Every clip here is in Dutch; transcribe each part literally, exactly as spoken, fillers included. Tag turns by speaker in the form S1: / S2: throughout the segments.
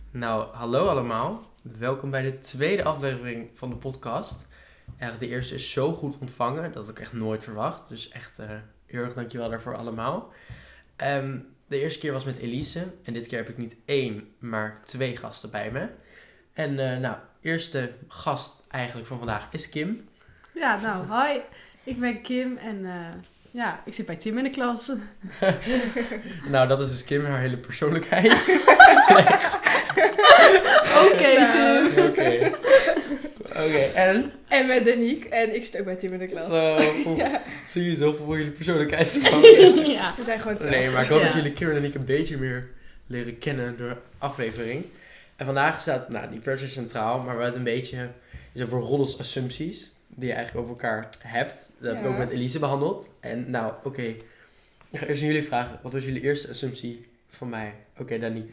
S1: Nou, hallo allemaal. Welkom bij de tweede aflevering van de podcast. Eigenlijk de eerste is zo goed ontvangen, dat had ik echt nooit verwacht. Dus echt uh, heel erg dankjewel daarvoor allemaal. Um, de eerste keer was met Elise. En dit keer heb ik niet één, maar twee gasten bij me. En uh, nou, eerste gast eigenlijk van vandaag is Kim.
S2: Ja, nou, hi. Ik ben Kim en uh, ja, ik zit bij Tim in de klas.
S1: Nou, dat is dus Kim, haar hele persoonlijkheid.
S2: Oké, okay, Tim.
S1: Oké. Okay. Oké, okay, en?
S3: En met Danique. En ik zit ook bij Tim in de klas.
S1: Zo, ja. Zie je zoveel voor jullie persoonlijkheid?
S3: Ja, we zijn gewoon hetzelfde.
S1: Nee, maar ik hoop
S3: ja.
S1: dat jullie Kim en Danique een beetje meer leren kennen door de aflevering. En vandaag staat, nou, die pressure centraal, maar wat een beetje is over roddels assumpties die je eigenlijk over elkaar hebt. Dat ja. heb ik ook met Elise behandeld. En nou, oké. Okay. Ik ga eerst aan jullie vragen, wat was jullie eerste assumptie van mij? Oké, okay, Danique.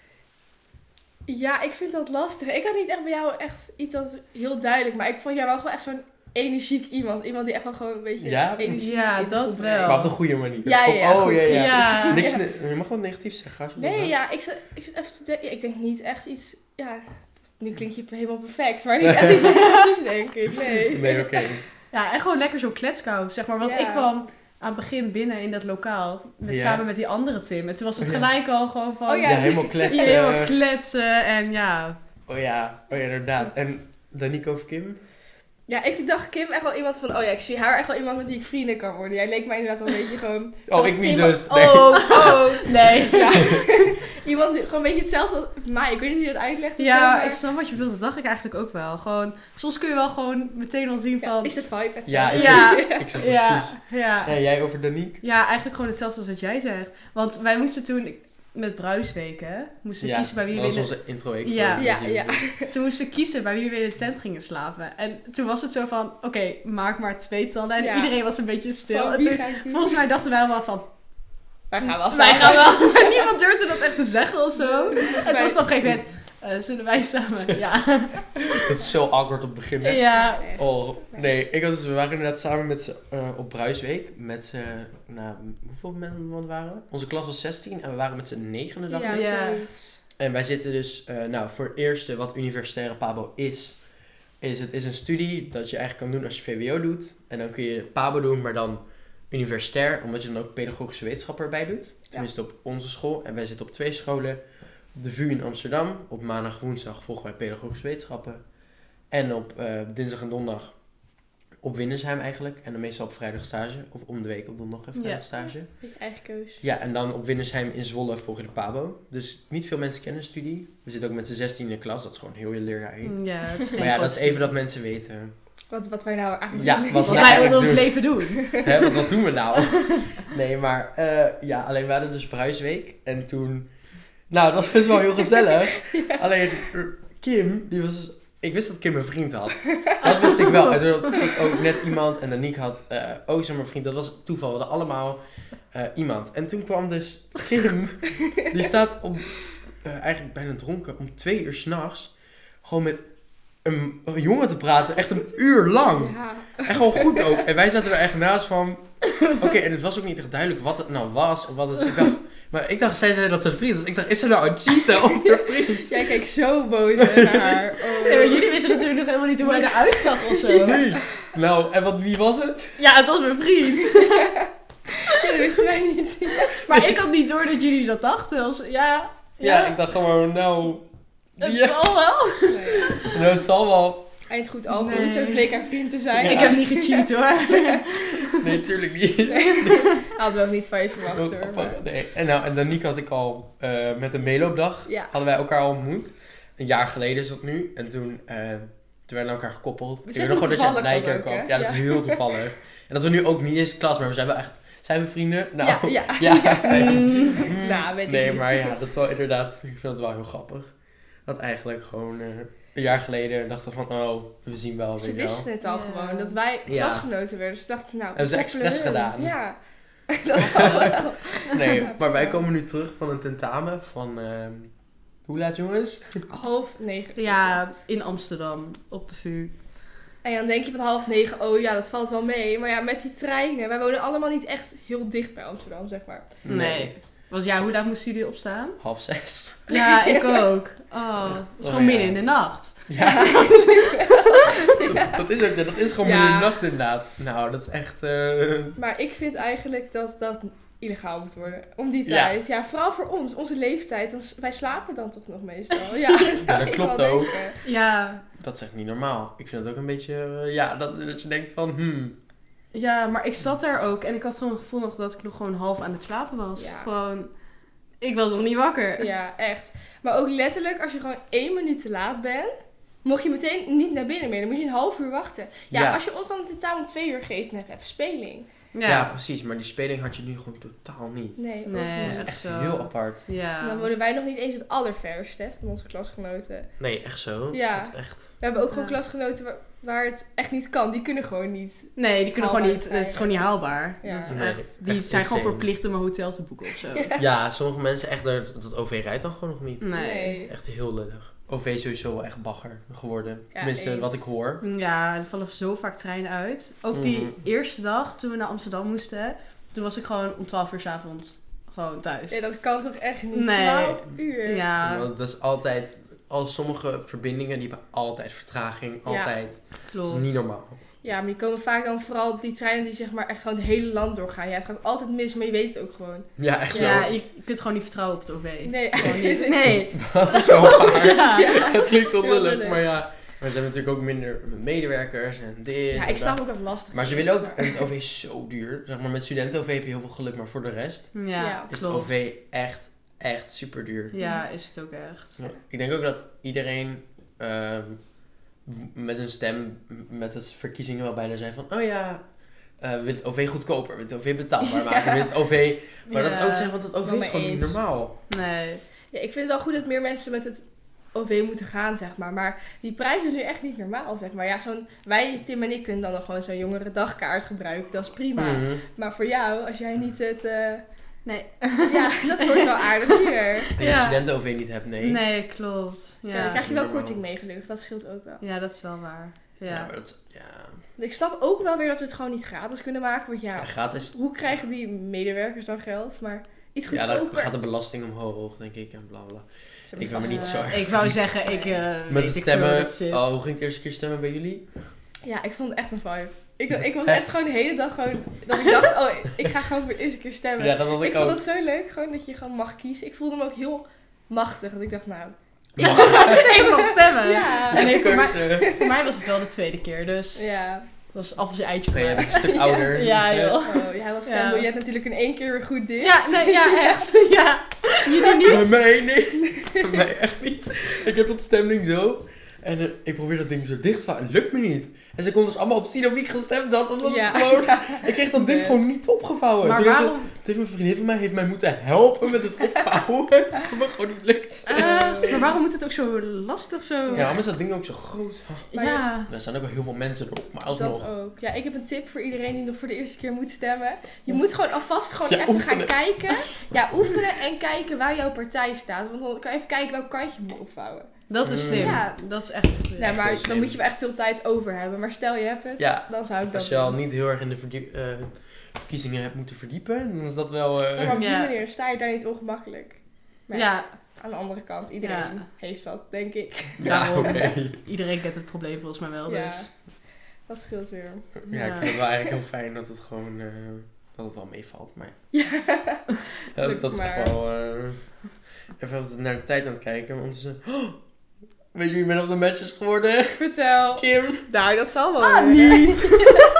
S3: Ja, ik vind dat lastig. Ik had niet echt bij jou echt iets dat heel duidelijk, maar ik vond jou wel gewoon echt zo'n energiek iemand. Iemand die echt wel gewoon een beetje
S1: ja?
S3: energie
S2: Ja, dat wel.
S1: Maar op de goede manier.
S3: Ja, ja, ja.
S1: Of, oh,
S3: goed,
S1: ja, ja.
S3: ja.
S1: Niks,
S3: ja.
S1: Je mag wat negatiefs zeggen. Als je
S3: nee, ja, ik zit, ik zit even te denken. Ja, ik denk niet echt iets, ja, nu klinkt je helemaal perfect, maar niet echt iets negatiefs, denk ik. Nee.
S1: Nee, oké. Okay.
S2: Ja, en gewoon lekker zo'n kletskous, zeg maar. Want
S3: ja.
S2: ik kwam aan het begin binnen in dat lokaal, met, ja. samen met die andere Tim. En toen was het gelijk al gewoon van...
S3: Oh, ja.
S1: ja, helemaal kletsen.
S2: Helemaal kletsen en ja...
S1: Oh ja, oh ja, inderdaad. En Danique over Kim?
S3: Ja, ik dacht Kim echt wel iemand van... Oh ja, ik zie haar echt wel iemand met wie ik vrienden kan worden. Jij leek mij inderdaad wel een beetje gewoon...
S1: Oh, ik niet
S3: Tim,
S1: dus. Nee.
S3: Oh, oh, nee. Ja. Iemand die gewoon een beetje hetzelfde als mij. Ik weet niet hoe je dat uitlegt.
S2: Ja,
S3: zo, maar...
S2: ik snap wat je bedoelt. Dat dacht ik eigenlijk ook wel. Gewoon, soms kun je wel gewoon meteen al zien van...
S3: Ja, is het vibe hetzelfde?
S1: Ja, is
S2: ja.
S1: Het, ik zeg precies.
S2: Ja, ja.
S1: En jij over Danique?
S2: Ja, eigenlijk gewoon hetzelfde als wat jij zegt. Want wij moesten toen... Met Bruisweken, hè? Moesten
S1: ja,
S2: kiezen bij wie we
S1: dat was
S2: in de...
S1: onze introweek.
S2: Ja,
S3: ja, ja.
S2: Toen moesten we kiezen bij wie we in de tent gingen slapen. En toen was het zo van, oké, okay, maak maar twee tanden. En ja. iedereen was een beetje stil.
S3: Oh,
S2: en toen, volgens mij dachten wij wel van...
S3: Wij gaan wel
S2: Wij gaan wel. Maar niemand durfde dat echt te zeggen of zo. En toen was het op een gegeven moment... Uh, zullen wij samen? Ja.
S1: Dat is zo awkward op het begin, hè?
S2: Ja.
S1: Oh, nee. Ik had dus, we waren inderdaad samen met z'n, uh, op Bruisweek. Met z'n, nou, hoeveel mensen waren we? Onze klas was zestien en we waren met z'n negende, dacht
S3: ja,
S1: ik.
S3: Ja,
S1: En wij zitten dus, uh, nou, voor het eerste wat universitaire Pabo is, is het is een studie dat je eigenlijk kan doen als je V W O doet. En dan kun je Pabo doen, maar dan universitair, omdat je dan ook pedagogische wetenschap erbij doet. Tenminste op onze school. En wij zitten op twee scholen. Op de V U in Amsterdam. Op maandag, woensdag volgen wij pedagogische wetenschappen. En op uh, dinsdag en donderdag op Windersheim eigenlijk. En dan meestal op vrijdag stage. Of om de week op donderdag en vrijdag stage.
S3: Ja, eigen keus.
S1: Ja, en dan op Windersheim in Zwolle volg je de Pabo. Dus niet veel mensen kennen de studie. We zitten ook met z'n zestien in de klas. Dat is gewoon heel je leerjaar heen.
S2: Ja, het is geen
S1: maar ja, dat is even dat mensen weten.
S3: Wat, wat wij nou eigenlijk
S1: ja,
S3: doen.
S1: Wat,
S2: wat
S1: wij
S2: in ons
S1: doen.
S2: leven doen.
S1: Hè, wat, wat doen we nou? Nee, maar uh, ja, alleen we hadden dus Bruisweek. En toen... Nou, dat was dus wel heel gezellig. Ja. Alleen Kim, die was... Ik wist dat Kim een vriend had. Dat wist ik wel. En toen had ik ook net iemand. En Danique had uh, ook zo'n vriend. Dat was toeval. We hadden allemaal uh, iemand. En toen kwam dus Kim. Die staat om... Uh, eigenlijk bijna dronken. Om twee uur 's nachts. Gewoon met een, een jongen te praten. Echt een uur lang.
S3: Ja.
S1: En gewoon goed ook. En wij zaten er echt naast van... Oké, okay, en het was ook niet echt duidelijk wat het nou was. Of wat het, ik dacht... Maar ik dacht, zij zei dat ze vriend was. Ik dacht, is ze nou aan cheaten op haar vriend?
S3: Jij keek zo boos naar haar. Oh.
S2: Nee, maar jullie wisten natuurlijk nog helemaal niet hoe hij eruit zag of zo.
S1: Nee. Nou, en wat, wie was het?
S2: Ja, het was mijn vriend.
S3: Ja, dat wisten wij niet.
S2: Maar nee. Ik had niet door dat jullie dat dachten. Als, ja, ja.
S1: Ja, ik dacht gewoon, nou...
S2: Het
S1: ja.
S2: zal wel.
S1: Nee. Nou, het zal wel.
S3: Eind goed al goed. Het bleek haar vriend te zijn.
S2: Ja. Ik heb niet gecheat hoor.
S1: Nee, tuurlijk niet.
S3: Nee. Had wel niet van je verwacht hoor. Maar...
S1: Nee. En nou, en Danique had ik al uh, met de meeloopdag. Ja. Hadden wij elkaar al ontmoet. Een jaar geleden is dat nu. En toen, uh, toen werden we elkaar gekoppeld.
S3: We
S1: ik weet nog gewoon dat je uit Nijkerk kwam. Ja, ja, dat is heel toevallig. En dat we nu ook niet eens klas, maar we zijn wel echt... Zijn we vrienden? Nou,
S3: ja. ja.
S1: ja,
S3: ja.
S1: mm.
S3: Nou, weet ik
S1: nee,
S3: niet.
S1: maar ja, dat is wel inderdaad... Ik vind het wel heel grappig. Dat eigenlijk gewoon... Uh, een jaar geleden dachten we van, oh, we zien wel.
S3: Ze wisten het al ja. gewoon, dat wij klasgenoten werden. Dus ze dachten, nou...
S1: Hebben ze expres gedaan.
S3: Ja, dat is wel wel.
S1: Nee, maar wij komen nu terug van een tentamen van... Uh, hoe laat, jongens?
S3: Half negen.
S2: Ja, in Amsterdam, op de V U.
S3: En dan denk je van half negen, oh ja, dat valt wel mee. Maar ja, met die treinen, wij wonen allemaal niet echt heel dicht bij Amsterdam, zeg maar.
S2: Nee. Was ja, hoe laat moesten jullie opstaan?
S1: Half zes.
S2: Ja, ik ook. Oh, het is
S1: Oh,
S2: gewoon
S1: ja.
S2: midden in de nacht.
S1: Ja. dat, is ook, dat is gewoon
S3: Ja.
S1: midden in de nacht inderdaad. Nou, dat is echt... eh,
S3: Maar ik vind eigenlijk dat dat illegaal moet worden. Om die
S1: Ja.
S3: tijd. Ja, vooral voor ons. Onze leeftijd. Dan, wij slapen dan toch nog meestal. Ja, zou
S1: Ja, dat
S3: ik
S1: klopt
S3: wel
S1: ook.
S3: denken.
S2: Ja,
S1: Dat is echt niet normaal. Ik vind het ook een beetje... eh, ja, dat, dat je denkt van... Hmm.
S2: ja, maar ik zat daar ook en ik had gewoon het gevoel nog dat ik nog gewoon half aan het slapen was.
S3: Ja.
S2: Gewoon, ik was nog niet wakker.
S3: Ja, echt. Maar ook letterlijk, als je gewoon één minuut te laat bent, mocht je meteen niet naar binnen meer. Dan moet je een half uur wachten. Ja,
S1: Ja.
S3: als je ons dan de taal om twee uur geeft, dan heb je even speling.
S2: Ja,
S1: Ja. precies. Maar die speling had je nu gewoon totaal niet.
S3: Nee, ook
S2: Nee,
S3: niet.
S1: Dat is
S2: echt
S1: echt
S2: zo.
S1: heel apart.
S2: Ja.
S3: En dan wonen wij nog niet eens het allerverste van onze klasgenoten.
S1: Nee, echt zo.
S3: Ja.
S1: Dat is echt...
S3: We hebben ook gewoon
S2: Ja.
S3: klasgenoten waar, waar het echt niet kan. Die kunnen gewoon niet.
S2: Nee, die kunnen
S3: Haalbaar
S2: gewoon niet. Het is gewoon niet haalbaar.
S3: Ja.
S2: Dat is
S1: Nee,
S2: echt, die
S1: echt
S2: zijn gewoon
S1: insane.
S2: verplicht om een hotel te boeken of zo.
S1: Ja, sommige mensen echt... Dat, dat O V rijdt dan gewoon nog niet.
S2: Nee.
S1: Echt heel lullig. O V is sowieso wel echt bagger geworden.
S3: Ja,
S1: Tenminste,
S3: eens.
S1: wat ik hoor.
S2: Ja, er vallen zo vaak treinen uit. Ook die
S1: Mhm.
S2: eerste dag toen we naar Amsterdam moesten, toen was ik gewoon om twaalf uur 's avonds gewoon thuis.
S3: Nee, dat kan toch echt niet?
S2: Nee.
S3: twaalf uur.
S2: Ja,
S1: Want dat is altijd... Al sommige verbindingen, die hebben altijd vertraging.
S3: Ja.
S1: Altijd.
S2: klopt.
S1: Dat is niet normaal.
S3: Ja, maar die komen vaak dan vooral die treinen die zeg maar echt gewoon het hele land doorgaan. Ja, het gaat altijd mis, maar je weet het ook gewoon.
S1: Ja, echt
S2: Ja,
S1: zo.
S2: je kunt gewoon niet vertrouwen op het O V.
S3: Nee,
S2: Gewoon niet.
S3: eigenlijk
S2: Nee.
S1: Dat is wel waar.
S2: Ja.
S1: Het klinkt wel
S3: Heel
S1: lullig,
S3: lullig.
S1: maar ja. Maar ze hebben natuurlijk ook minder medewerkers en dit.
S3: Ja,
S1: en
S3: ik snap
S1: dat.
S3: ook dat het lastig
S1: Maar ze
S3: is,
S1: willen ook...
S3: maar-
S1: En het O V is zo duur. Zeg maar, met studenten-O V heb je heel veel geluk, maar voor de rest
S2: Ja,
S3: Ja.
S1: is
S2: klopt.
S1: het O V echt, echt super duur.
S2: Ja, is het ook echt.
S1: Ja. Ik denk ook dat iedereen ehm, met een stem, met de verkiezingen wel bijna zei van... Oh ja, eh we willen het O V goedkoper, we willen het O V betaalbaar maken, we willen het O V... Maar dat is ook zeggen, want het O V
S3: wel
S1: is
S3: mee
S1: gewoon niet
S3: eens.
S1: normaal.
S2: Nee.
S3: Ja, ik vind het wel goed dat meer mensen met het O V moeten gaan, zeg maar. Maar die prijs is nu echt niet normaal, zeg maar. Ja, zo'n, wij, Tim en ik, kunnen dan nog gewoon zo'n jongere dagkaart gebruiken. Dat is prima.
S1: Mhm.
S3: Maar voor jou, als jij niet het... eh,
S2: Nee.
S3: ja, dat wordt wel aardig duur.
S1: En je
S2: Ja.
S1: studenten-O V niet hebt, nee.
S2: Nee, klopt.
S3: Ja,
S2: Ja,
S3: dan
S2: ja.
S3: krijg je wel
S1: Normaal.
S3: korting meegelucht. Dat scheelt ook wel.
S2: dat is wel waar.
S1: Ja,
S2: Ja.
S1: maar dat is... Ja,
S3: Ik snap ook wel weer dat we het gewoon niet gratis kunnen maken. Want ja,
S1: ja gratis...
S3: hoe krijgen die medewerkers dan geld? Maar iets
S1: Ja,
S3: goedkoper.
S1: dan gaat de belasting omhoog, denk ik, en bla bla.
S3: Ze hebben
S1: Ik ben me
S3: vast-
S1: niet zo
S2: Eh,
S1: erg
S2: ik wou
S1: verdiept.
S2: zeggen, ik eh
S1: Met
S2: weet
S1: het
S2: ik veel hoe
S1: stemmen...
S2: het zit.
S1: Oh, hoe ging het de eerste keer stemmen bij jullie?
S3: Ja, ik vond het echt een vibe. Ik, ik was echt gewoon de hele dag gewoon... Dat ik dacht, oh, ik ga gewoon voor de eerste keer stemmen.
S1: Ja, dat had
S3: ik
S1: ik
S3: vond
S1: ook.
S3: het zo leuk, gewoon dat je gewoon mag kiezen. Ik voelde me ook heel machtig. Dat ik dacht, nou...
S2: Ik mag stemmen.
S3: Ja.
S2: En nee, voor, mij,
S1: Keuze.
S2: voor mij was het wel de tweede keer, dus
S3: Ja.
S2: dat was appeltje eitje voor
S1: Oh, jij
S2: mij.
S1: bent een stuk ouder.
S2: Ja, joh.
S3: Oh, jij was stemmen.
S2: Ja.
S3: Je hebt natuurlijk in één keer weer goed dit.
S2: Ja, nee, ja, echt. Ja. Jullie
S1: Bij
S2: niet?
S1: mij, nee. Bij mij echt niet. Ik heb dat stemding zo. En eh, ik probeer dat ding zo dicht te houden. Het lukt me niet. En ze konden dus allemaal op zien op wie ik gestemd had. Omdat
S3: Ja.
S1: het gewoon... Ik kreeg dat ding
S3: Nee.
S1: gewoon niet opgevouwen.
S2: Maar
S1: toen, heeft,
S2: waarom?
S1: toen heeft mijn vriendin van mij heeft mij moeten helpen met het opvouwen. Dat het me gewoon niet lukt.
S2: Eh, maar waarom moet het ook zo lastig zo?
S1: Ja, waarom is dat ding ook zo groot?
S3: Maar
S2: Ja.
S1: Er staan ook wel heel veel mensen erop. Maar alsnog.
S3: Dat ook. Ja, ik heb een tip voor iedereen die nog voor de eerste keer moet stemmen. Je moet gewoon alvast gewoon
S1: Ja,
S3: even
S1: oefenen.
S3: gaan kijken. Ja, oefenen en kijken waar jouw partij staat. Want dan kan je even kijken welk kant je moet opvouwen.
S2: Dat is slim.
S3: Ja.
S2: Dat is echt slim.
S3: Nou,
S1: heel
S3: maar
S1: slim.
S3: dan moet je wel echt veel tijd over hebben. Maar stel je hebt het,
S1: Ja,
S3: dan zou ik dat
S1: als je al
S3: doen.
S1: niet heel erg in de verdie- eh, verkiezingen hebt moeten verdiepen, dan is dat wel... eh,
S3: Ja, maar op die
S2: Ja.
S3: manier sta je daar niet ongemakkelijk. Maar
S2: Ja,
S3: aan de andere kant, iedereen
S2: Ja.
S3: heeft dat, denk ik.
S1: ja,
S2: daarom.
S1: oké.
S2: iedereen kent het probleem volgens mij wel,
S3: Ja.
S2: dus.
S3: Dat scheelt weer.
S1: Ja, ik
S2: Ja.
S1: vind het wel eigenlijk heel fijn dat het gewoon... eh, dat het wel meevalt, maar...
S3: Ja.
S1: Ja, dus dat is
S3: maar.
S1: echt wel... eh, even wat naar de tijd aan het kijken, want ondertussen... Oh, weet je wie man of the match is geworden?
S3: Vertel.
S1: Kim.
S3: Nou, dat zal wel.
S2: Ah,
S3: weer.
S2: niet!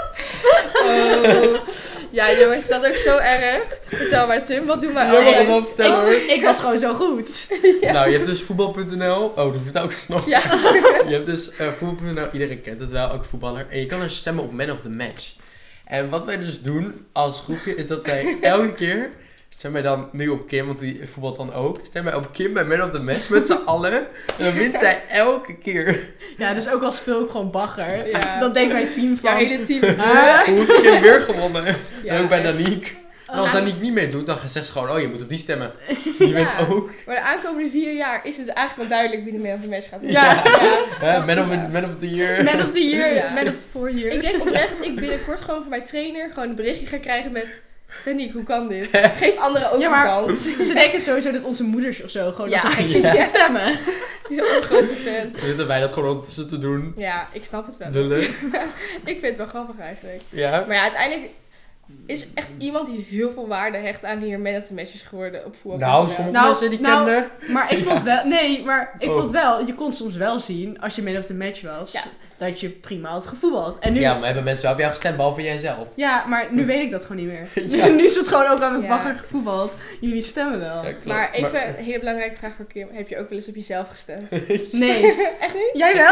S3: Oh. Ja, jongens, dat is ook zo erg. Vertel maar, Tim, wat doen wij
S1: Ja, mag
S3: altijd?
S1: ik wel vertellen hoor.
S2: Ik, ik was gewoon zo goed.
S1: Nou, je hebt dus voetbal punt n l. Oh, dat vertel ik dus nog.
S3: Ja.
S1: Je hebt dus eh voetbal punt n l. Iedereen kent het wel, ook voetballer. En je kan er stemmen op man of the match. En wat wij dus doen als groepje, is dat wij elke keer... Stem wij dan nu op Kim, want die voetbalt dan ook. Stem wij op Kim bij Man of the Match met z'n allen. En dan wint zij elke keer.
S2: Ja, dus ook al speel ik gewoon bagger.
S3: Ja.
S2: Dan denkt mijn team van...
S3: Jouw hele team.
S2: Huh?
S1: Hoe heeft Kim weer gewonnen?
S3: Ja,
S1: en ook bij
S3: echt.
S1: Danique. En als
S2: Ah.
S1: Danique niet meedoet, dan zegt ze gewoon... Oh, je moet op die stemmen. Die wint
S3: Ja.
S1: ook.
S3: Maar de aankomende vier jaar is het eigenlijk wel duidelijk wie de man of the match gaat worden.
S2: Ja.
S1: Hè, man, of, man of the year.
S2: Man of the year,
S3: Ja.
S2: man of the four years.
S3: Ik denk oprecht dat ik binnenkort gewoon van mijn trainer gewoon een berichtje ga krijgen met... Danique, hoe kan dit? Geef anderen ook
S2: Ja, maar-
S3: een kans.
S2: Ze denken sowieso dat onze moeders of zo gewoon
S3: Ja.
S2: als een gek
S1: Ja.
S2: zitten te stemmen.
S3: Die is ook een grote fan.
S1: We zitten wij dat gewoon ondertussen te doen.
S3: Ja, ik snap het wel.
S1: Lullen.
S3: Ik vind het wel grappig eigenlijk.
S1: Ja.
S3: Maar ja, uiteindelijk is echt iemand die heel veel waarde hecht aan wie er man of the match is geworden op voetbal.
S1: Nou, sommige
S2: Nou,
S1: mensen die
S2: nou,
S1: kenden.
S2: Maar ik vond wel... Nee, maar ik
S1: Oh.
S2: vond wel... Je kon soms wel zien, als je man of the match was,
S3: Ja.
S2: dat je prima had gevoetbald. En nu...
S1: Ja, maar hebben mensen wel op jou gestemd, behalve jijzelf.
S2: Ja, maar nu weet ik dat gewoon niet meer.
S1: Ja.
S2: Nu is het gewoon ook aan mijn
S3: Ja.
S2: bagger gevoeld. Jullie stemmen wel.
S1: Ja, klopt.
S3: Maar even een hele belangrijke vraag voor Kim. Heb je ook wel eens op jezelf gestemd?
S2: Nee.
S3: Echt niet?
S2: Jij wel?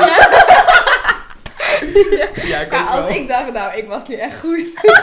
S1: Ja, ik
S3: Ja,
S1: ook
S3: als
S1: wel.
S3: ik dacht, nou, ik was nu echt goed.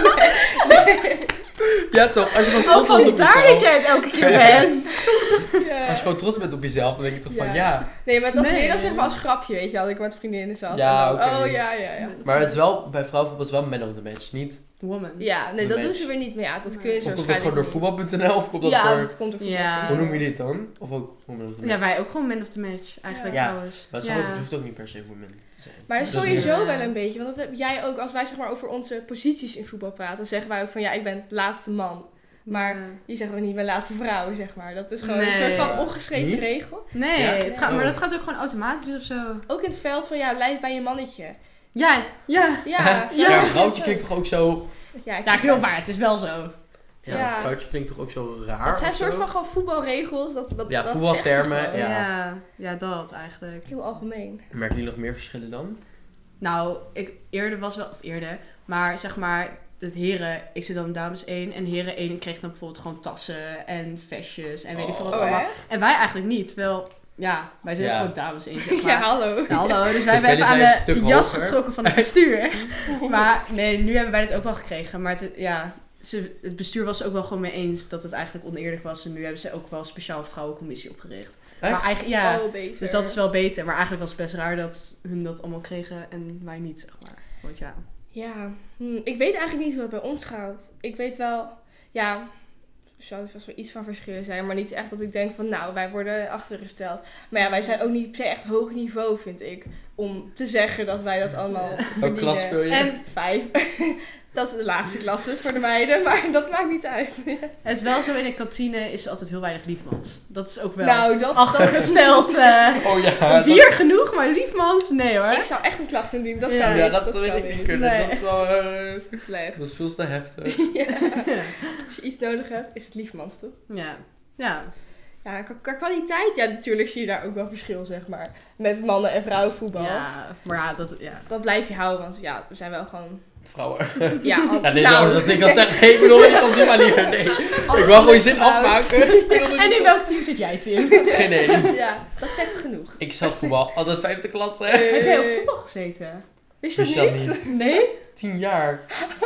S1: Ja, toch. Als je gewoon
S2: Oh,
S1: trots was op
S2: vandaar dat
S1: jezelf.
S2: jij het elke keer bent.
S3: Ja.
S1: Als je gewoon trots bent op jezelf, dan denk je toch van
S3: Ja.
S1: ja.
S3: Nee, maar het was
S2: Nee.
S3: meer dan zeg maar als grapje, weet je wel. Dat ik met vriendinnen zat.
S1: Ja,
S3: En dan,
S1: oké.
S3: Oh, ja, ja, ja.
S1: Maar het is wel, bij vrouwenvoetbal is wel man of the match, niet?
S2: Woman.
S3: Ja, nee,
S1: De
S3: dat
S1: match.
S3: doen ze weer niet. Maar ja, dat
S2: Nee.
S3: kunnen ze
S1: Of komt dat
S3: waarschijnlijk
S1: gewoon door
S3: niet.
S1: voetbal punt n l of komt dat
S3: Ja,
S1: door...
S3: dat komt door voetbal.
S2: Ja.
S1: Hoe noem je dit dan? Of ook woman of the match?
S2: Ja, wij ook gewoon man of the match. Eigenlijk
S1: Ja.
S2: trouwens.
S1: Maar het, is ook- het hoeft ook niet per se women te zijn.
S3: Maar
S1: Dat is
S3: sowieso
S2: meer-
S3: wel een beetje. Want dat heb jij ook, als wij zeg maar over onze posities in voetbal praten, dan zeggen wij ook van ja, ik ben laatste man. Maar
S2: Ja.
S3: je zegt ook niet, ik ben laatste vrouw, zeg maar. Dat is gewoon een
S2: Nee.
S3: soort van ongeschreven
S1: Niet?
S3: regel.
S2: Nee,
S1: Ja?
S2: het gaat, maar
S1: Oh.
S2: dat gaat ook gewoon automatisch of zo.
S3: Ook in het veld van ja, blijf bij je mannetje.
S2: Ja, ja.
S3: Ja,
S1: Ja,
S2: Ja.
S1: een vrouwtje klinkt toch ook zo...
S3: Ja, ik
S2: Ja, klopt, maar het is wel zo.
S1: Ja,
S3: Ja.
S1: een vrouwtje klinkt toch ook zo raar
S3: Het zijn
S1: of
S3: soort
S1: zo?
S3: van gewoon voetbalregels. Dat, dat,
S1: Ja,
S3: dat
S1: voetbaltermen,
S3: zegt het gewoon.
S1: Ja.
S2: Ja. ja, dat eigenlijk.
S3: Heel algemeen.
S1: Merken jullie nog meer verschillen dan?
S2: Nou, ik eerder was wel, of eerder, maar zeg maar, het heren, ik zit dan in dames één en heren één kreeg dan bijvoorbeeld gewoon tassen en vestjes en weet ik veel wat
S3: Oh,
S2: allemaal.
S3: hè?
S2: En wij eigenlijk niet, terwijl, ja, wij zijn
S1: Ja.
S2: ook gewoon dames één, zeg maar.
S3: Ja, hallo.
S2: Ja, hallo, dus wij
S1: Dus
S2: hebben even
S1: jullie
S2: aan
S1: zijn een
S2: de
S1: stuk
S2: jas
S1: hoger.
S2: getrokken van het bestuur. Maar nee, nu hebben wij het ook wel gekregen. Maar het, ja, ze, het bestuur was ook wel gewoon mee eens dat het eigenlijk oneerlijk was. En nu hebben ze ook wel een speciaal vrouwencommissie opgericht.
S1: Echt?
S2: Maar eigenlijk, ja,
S3: Oh, beter.
S2: dus dat is wel beter. Maar eigenlijk was het best raar dat hun dat allemaal kregen en wij niet, zeg maar. Want ja.
S3: Ja, hm, ik weet eigenlijk niet hoe het bij ons gaat. Ik weet wel, ja, er zou vast wel iets van verschillen zijn, maar niet echt dat ik denk van, nou, wij worden achtergesteld. Maar ja, wij zijn ook niet per se echt hoog niveau, vind ik, om te zeggen dat wij dat allemaal
S1: Welke
S3: verdienen.
S1: klas speel je?
S2: En
S3: Vijf. Dat is de laagste klasse voor de meiden, maar dat maakt niet uit.
S2: het is wel zo, in de kantine is er altijd heel weinig liefmans. Dat is ook wel
S3: Nou, dat, dat
S2: achtergesteld. eh
S1: Oh ja,
S2: bier genoeg, maar liefmans? Nee hoor.
S3: ik zou echt een klacht indienen, dat
S2: Ja.
S3: kan
S1: dat,
S3: niet.
S1: ja, dat,
S3: dat
S1: weet
S3: kan
S1: ik niet
S3: niet.
S1: kunnen.
S3: Nee.
S1: Dat is wel... eh,
S3: Slecht.
S1: dat is veel te heftig.
S3: Ja.
S2: Ja.
S3: Als je iets nodig hebt, is het liefmans, toch?
S2: Ja. Ja.
S3: Ja, qua, qua kwaliteit, ja, natuurlijk zie je daar ook wel verschil, zeg maar. Met mannen- en vrouwenvoetbal.
S2: Ja, maar ja, dat, ja.
S3: Dat blijf je houden, want ja, we zijn wel gewoon...
S1: Vrouwen.
S3: Ja, al,
S1: Ja, nee,
S3: nou,
S1: dat ik dat zeg. Nee, ik bedoel niet op die manier. Nee. Ik wil gewoon je zin afmaken.
S2: En in welk team zit jij, Tim?
S1: Geen één.
S3: Ja, dat zegt genoeg.
S1: Ik zat voetbal. Altijd vijfde klasse.
S2: Heb jij op voetbal gezeten?
S3: Wist je
S1: Wist
S3: dat
S1: je
S3: niet?
S1: dat niet?
S2: Nee?
S1: Tien jaar.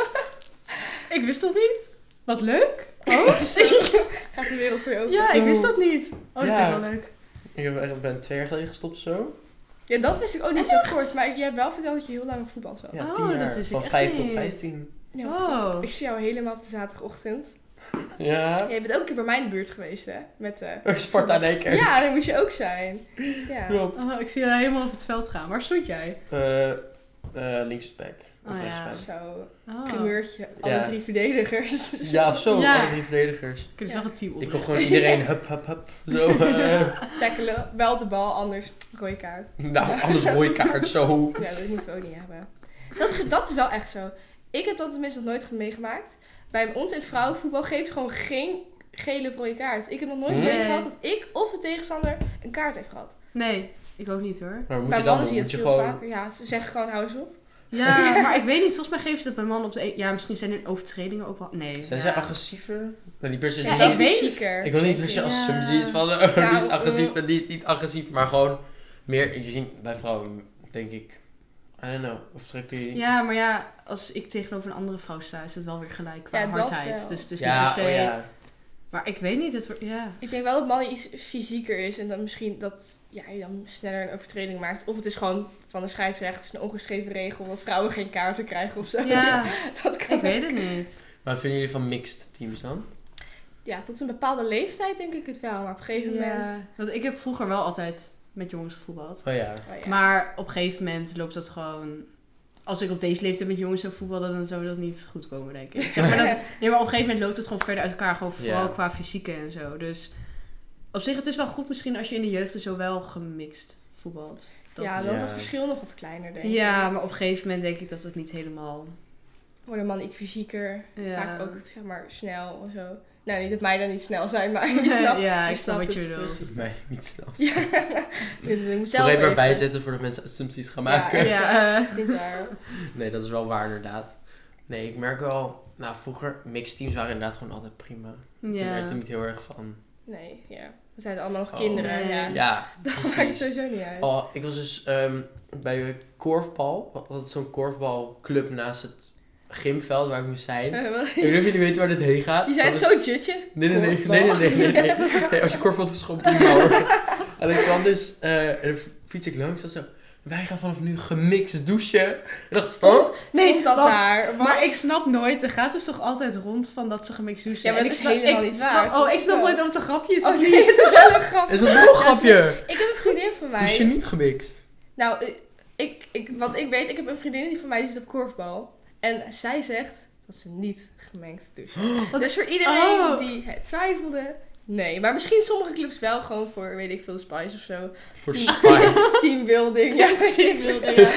S2: Ik wist dat niet. Wat leuk. Oh?
S3: Gaat de wereld voor je open?
S2: Ja, ik wist dat niet. Oh, dat
S1: Ja.
S2: vind ik wel leuk.
S1: Ik heb- ik ben twee jaar geleden gestopt of zo.
S3: Ja, dat wist ik ook niet zo kort. Maar jij hebt wel verteld dat je heel lang op voetbal zat.
S1: Ja,
S2: Oh,
S1: tien
S2: dat
S1: jaar.
S2: wist ik
S1: Van
S2: echt
S1: vijf tot
S2: niet.
S1: vijftien.
S3: Ja, wat
S2: Oh.
S3: goed. Ik zie jou helemaal op de zaterdagochtend.
S1: Ja.
S3: Jij bent ook een keer bij mij in de buurt geweest, hè? Met, eh
S1: Sparta Nijkerk.
S3: Ja, daar moest je ook zijn. Ja.
S1: Klopt.
S2: Oh, ik zie je helemaal over het veld gaan. Waar stond jij?
S1: Eh eh linksback. Of
S2: Oh, ja.
S1: rechtsback.
S3: Zo,
S2: Oh.
S3: primeurtje. Alle
S1: Ja.
S3: drie verdedigers.
S1: Ja, of zo.
S2: Ja.
S1: Alle drie verdedigers.
S2: Kunnen ze
S3: Ja.
S2: wel een team
S1: Ik
S2: oprichten.
S1: kon gewoon iedereen hup, hup, hup. Zo. eh,
S3: Tackelen, wel op de bal, anders rode kaart.
S1: nou, anders rode kaart. Zo.
S3: Ja, dat moeten we ook niet hebben. Dat, is- dat is wel echt zo. Ik heb dat tenminste nog nooit meegemaakt. Bij ons in het vrouwenvoetbal geeft ze gewoon geen gele of rode kaart. Ik heb nog nooit
S1: Nee.
S3: meegehad dat ik of de tegenstander een kaart heeft gehad.
S2: Nee, ik ook niet hoor.
S1: Maar moet
S3: Bij
S1: je dan
S3: mannen
S1: doen?
S3: zie je
S1: Moet
S3: het
S1: je
S3: veel
S1: gewoon...
S3: vaker. Ja, ze zeggen gewoon hou eens op.
S2: Ja, maar ik weet niet. Volgens mij geven ze dat bij mannen op de... E- ja, misschien zijn hun overtredingen ook wel... Nee.
S1: Zijn
S2: ja.
S1: zij agressiever? Nou, die per se
S3: Ja,
S1: die
S2: ik
S3: even
S2: weet-
S3: chiquer.
S1: Ik wil niet per se als
S2: Ja.
S1: soms zie het van, oh,
S3: Nou,
S1: die is agressief
S3: mm.
S1: en die is niet agressief. Maar gewoon meer, je ziet bij vrouwen, denk ik, I don't know, of trekken jullie...
S2: Ja, maar ja, als ik tegenover een andere vrouw sta, is het wel weer gelijk qua
S3: Ja, dat
S2: hardheid.
S3: wel.
S2: Dus het is
S1: ja,
S2: niet per se...
S1: oh ja.
S2: Maar ik weet niet, het wordt... Ja.
S3: Ik denk wel dat mannen iets fysieker is en dan misschien dat ja, je dan sneller een overtreding maakt. Of het is gewoon van de scheidsrechter een ongeschreven regel dat vrouwen geen kaarten krijgen of zo.
S2: Ja,
S3: Dat kan
S2: ik weet het niet.
S1: Maar wat vinden jullie van mixed teams dan?
S3: Ja, tot een bepaalde leeftijd denk ik het wel. Maar op een gegeven moment...
S2: Ja, want ik heb vroeger wel altijd met jongens gevoetbald.
S1: Oh ja.
S3: Oh ja.
S2: Maar op een gegeven moment loopt dat gewoon als ik op deze leeftijd met jongens zou voetballen, dan zou dat niet goed komen, denk ik. Zeg maar dat, nee, maar op een gegeven moment loopt het gewoon verder uit elkaar. Gewoon vooral
S1: Ja.
S2: qua fysieke en zo. Dus op zich, het is wel goed misschien als je in de jeugd zo wel gemixt voetbalt. Dat,
S3: ja, dan is
S1: Ja.
S3: het verschil nog wat kleiner, denk ik.
S2: ja, maar op een gegeven moment denk ik dat het niet helemaal...
S3: Wordt een man iets fysieker.
S2: Ja.
S3: Vaak ook, zeg maar, snel en zo. Nou, niet dat mij dan niet snel zijn, maar je snapt,
S2: ja,
S3: je
S2: ik snap
S3: snapt
S2: wat je
S3: het
S2: bedoelt.
S3: precies.
S1: Dat mij niet snel.
S3: Ja. Ik moet zelf
S1: Nog even
S3: even
S1: erbij zetten voordat mensen assumpties gaan
S3: Ja,
S1: maken.
S3: echt.
S2: Ja,
S3: Dat is niet waar.
S1: Nee, dat is wel waar inderdaad. Nee, ik merk wel... Nou, vroeger, mixed teams waren inderdaad gewoon altijd prima. Ik
S2: ja.
S1: merk er niet heel erg van.
S3: Nee, ja. We zijn allemaal nog
S1: Oh.
S3: kinderen.
S2: Nee.
S3: Ja.
S1: Ja,
S3: Dat maakt het
S1: precies.
S3: sowieso niet uit.
S1: Oh, ik was dus ehm, bij korfbal. We hadden zo'n korfbalclub naast het gymveld waar ik moest zijn.
S3: Eh, wat-
S1: Ik weet niet of jullie weten waar dit heen gaat.
S3: Je zei het
S1: Dat is-
S3: zo jutje.
S1: Nee, nee, nee, nee, nee, nee, nee, nee. Nee, als je korfbal doet, is het gewoon prima hoor. En ik kwam dus, eh, en dan fiets ik langs, dat zo, wij gaan vanaf nu gemixt douchen. En dan dacht ik, oh,
S3: Nee, Stond dat
S2: wacht,
S3: daar? Wat?
S2: Maar ik snap nooit, er gaat dus toch altijd rond van dat ze gemixt douchen.
S3: Ja, maar
S2: En
S3: dat
S2: ik
S3: is
S2: snap-
S3: helemaal
S2: ik
S3: niet
S2: snap-
S3: waar,
S2: Oh,
S3: toch?
S2: ik snap
S3: Ja.
S2: nooit of het een grapje is
S3: Oh
S2: of
S3: nee,
S2: niet.
S3: dat is wel een grap.
S1: is dat wel een
S3: Ja, het
S1: grapje?
S3: is- Ik heb een vriendin van mij.
S1: Dus je niet gemixt?
S3: Nou, ik, ik, wat ik weet, ik heb een vriendin die van mij die zit op korfbal. En zij zegt dat ze niet gemengd douchen.
S2: Wat-
S3: Dus voor iedereen
S2: Oh.
S3: die het twijfelde, nee. Maar misschien sommige clubs wel gewoon voor, weet ik veel, de Spice of zo.
S1: Voor
S3: Team-
S1: Spice.
S3: Teambuilding. Ja, teambuilding. Ja.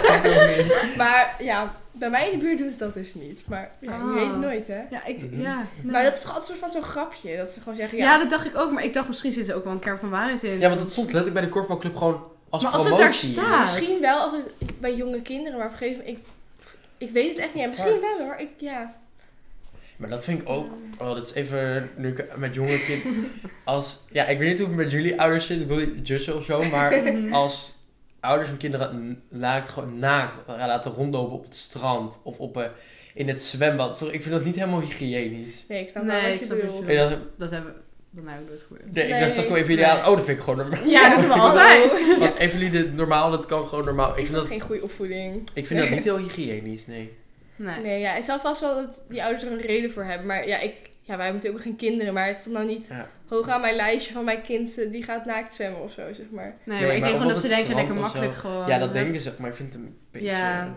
S3: Maar ja, bij mij in de buurt doen ze dat dus niet. Maar ja, je
S2: Oh.
S3: weet het nooit, hè.
S2: Ja, ik,
S1: Mhm.
S2: ja, nee.
S3: Maar dat is toch altijd een soort van zo'n grapje. Dat ze gewoon zeggen,
S2: ja.
S3: ja,
S2: dat dacht ik ook, maar ik dacht misschien zit er ook wel een kern van waarheid in.
S1: Ja, want het stond letterlijk bij de korfbalclub gewoon als
S2: Maar als het
S1: promotie.
S2: daar staat.
S3: misschien wel als het bij jonge kinderen, maar op een gegeven moment, ik, ik weet het echt niet. Ja, misschien wel hoor. Ik, ja.
S1: Maar dat vind ik ook, oh, dat is even, nu ik met jonge kinderen, als, ja, ik weet niet hoe het met jullie ouders zit, ik wil niet judgen of zo, maar
S2: Mhm.
S1: als ouders hun kinderen naakt, gewoon naakt laten rondlopen op het strand of op, een in het zwembad, ik vind dat niet helemaal hygiënisch.
S3: Nee, ik snap
S2: Nee,
S3: wel
S2: ik
S3: wat je
S2: snap wat
S3: bedoelt.
S2: je
S1: En dat is-
S2: Dat hebben bij mij ook nooit gebeurd.
S1: Nee, ik
S3: Nee.
S1: dacht straks gewoon even ideaal.
S2: Nee.
S1: Oh, dat vind ik gewoon normaal.
S2: Ja, dat doen we altijd.
S1: Als Eveline het normaal, dat kan gewoon normaal. Ik
S3: Is
S1: vind
S3: dat
S1: dat,
S3: geen goede opvoeding?
S1: ik vind dat niet heel hygiënisch, nee.
S2: Nee.
S3: Nee, ja, ik zal vast wel dat die ouders er een reden voor hebben. Maar ja, ik, ja, wij hebben natuurlijk ook geen kinderen, maar het stond nou niet
S1: Ja.
S3: hoog aan mijn lijstje van mijn kind eh, die gaat naakt zwemmen of zo, zeg maar.
S2: Nee,
S1: Nee,
S2: maar ik
S1: maar
S2: denk gewoon dat
S1: op
S2: ze
S1: het
S2: denken
S1: strand
S2: lekker
S1: of zo.
S2: makkelijk gewoon.
S1: Ja, dat denken ze, maar ik vind het een beetje...
S2: Ja.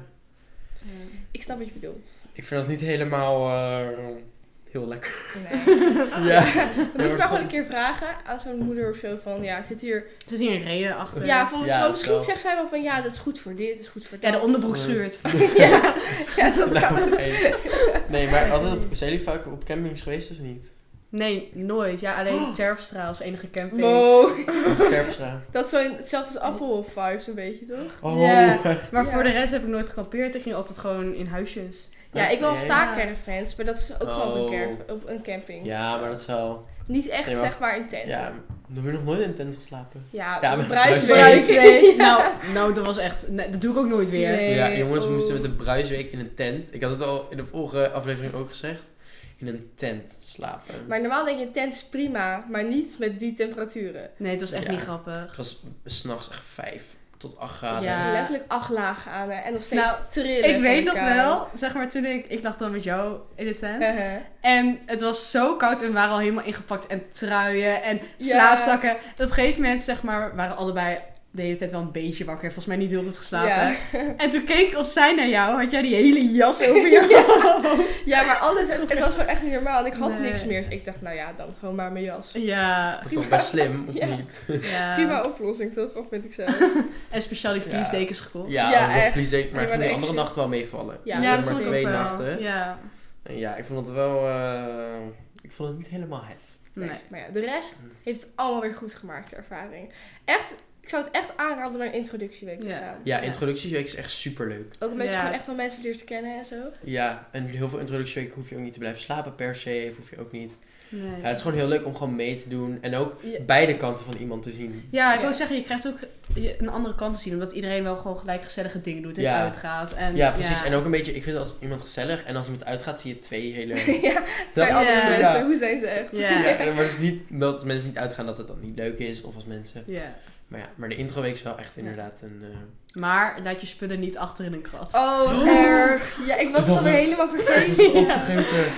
S3: Ik snap wat je bedoelt.
S1: Ik vind dat niet helemaal eh, heel lekker.
S3: Nee.
S1: Ja.
S3: Dan moet je maar
S1: maar
S3: gewoon een keer vragen aan zo'n moeder of zo van, ja, zit hier...
S2: Er zit hier een reden achter.
S3: Ja, van,
S1: Ja,
S3: van misschien
S1: wel.
S3: zegt zij wel van, ja, dat is goed voor dit, dat is goed voor
S2: Ja,
S3: dat.
S2: de onderbroek schuurt.
S3: ja, ja, dat kan.
S1: Nou, nee. Nee, maar altijd op, zijn jullie vaak op campings geweest of niet?
S2: Nee, nooit. Ja, alleen Terpstra als enige camping.
S3: Wow.
S1: Op Sterpstra.
S3: Dat is zo in- hetzelfde als Appel vibes een beetje, toch?
S1: Oh,
S2: Ja. Maar
S3: Ja.
S2: voor de rest heb ik nooit gekampeerd. Ik ging altijd gewoon in huisjes.
S3: Ja, ik wil
S1: Oké.
S3: staakcaravans, maar dat is ook gewoon op een,
S1: Oh.
S3: carav- op een camping.
S1: Ja, maar dat is wel...
S3: Niet echt,
S1: Nee, maar-
S3: zeg maar, in tenten.
S1: Ja,
S3: Ja,
S1: heb je nog nooit in een tent geslapen?
S3: ja,
S1: Ja,
S3: op
S1: maar
S3: Bruisweek.
S1: Bruisweek.
S2: nou, nou, dat was echt... Nee, dat doe ik ook nooit weer.
S3: Nee.
S1: Ja, jongens, we
S3: oh.
S1: moesten met de bruisweek in een tent. Ik had het al in de vorige aflevering ook gezegd. In een tent slapen.
S3: Maar normaal denk je, een tent is prima, maar niet met die temperaturen.
S2: Nee, het was echt
S1: Ja.
S2: niet grappig.
S1: Het was s'nachts echt vijf tot acht graden.
S2: Ja.
S3: Letterlijk acht lagen aan hè, en nog steeds
S2: Nou,
S3: trillen.
S2: Ik
S3: van
S2: weet
S3: de
S2: nog
S3: kou.
S2: wel, zeg maar toen ik... Ik lag dan met jou in de tent.
S3: Uh-huh.
S2: En het was zo koud en we waren al helemaal ingepakt. En truien en
S3: Ja.
S2: slaapzakken. En op een gegeven moment, zeg maar, waren allebei de hele tijd wel een beetje wakker. Volgens mij niet heel goed geslapen.
S3: Ja.
S2: En toen keek ik op zij naar jou. Had jij die hele jas over je hoofd?
S3: ja, maar alles, het was gewoon echt niet normaal. En ik had
S2: Nee.
S3: niks meer. Dus ik dacht, nou ja, dan gewoon maar mijn jas.
S2: Ja.
S1: Dat is toch best slim, of
S3: Ja.
S1: niet?
S2: ja.
S3: Prima oplossing toch? Of vind ik zo?
S2: En speciaal die
S1: Ja.
S2: vliesdekens gekocht.
S1: Ja,
S3: Ja,
S1: ja
S3: echt.
S1: vliesdeken, maar
S3: Ja,
S1: ik vond
S3: maar
S1: die
S3: de
S1: andere
S3: action.
S1: nacht wel meevallen.
S3: Ja,
S1: Dus
S3: ja,
S1: zeg
S3: dat
S1: maar
S3: vond ik
S1: twee
S2: ook wel.
S1: nachten.
S2: Ja.
S1: En ja, ik vond het wel... eh, ik vond het niet helemaal het.
S3: Nee.
S2: Nee.
S3: Maar ja, de rest heeft het allemaal weer goed gemaakt, de ervaring. Echt, ik zou het echt aanraden om naar een introductieweek te
S2: Ja.
S3: gaan.
S1: Ja,
S2: Ja.
S1: introductieweek is echt superleuk.
S3: Ook omdat je
S2: Ja.
S3: gewoon echt wel mensen leert kennen en zo.
S1: Ja, en heel veel introductieweek hoef je ook niet te blijven slapen per se. Of hoef je ook niet.
S2: Nee.
S1: Ja, het is gewoon heel leuk om gewoon mee te doen. En ook
S2: Ja.
S1: beide kanten van iemand te zien.
S2: Ja, ik
S3: Ja.
S2: wil zeggen, je krijgt ook je- een andere kant te zien. Omdat iedereen wel gewoon gelijk gezellige dingen doet en
S1: Ja.
S2: uitgaat. En,
S1: Ja, precies. En ook een beetje, ik vind als iemand gezellig en als iemand uitgaat, zie je twee hele...
S3: ja, twee
S2: Ja.
S3: andere
S2: Ja.
S3: mensen. Hoe zijn ze echt?
S2: Ja.
S1: Ja, maar het is niet dat als mensen niet uitgaan dat het dan niet leuk is. Of als mensen...
S2: Ja.
S1: Maar ja, maar de introweek is wel echt inderdaad een... eh,
S2: Maar laat je spullen niet achter in een krat.
S3: Oh, erg. Ja, ik was het alweer helemaal
S1: Dat
S3: vergeten.
S1: is opgegeven.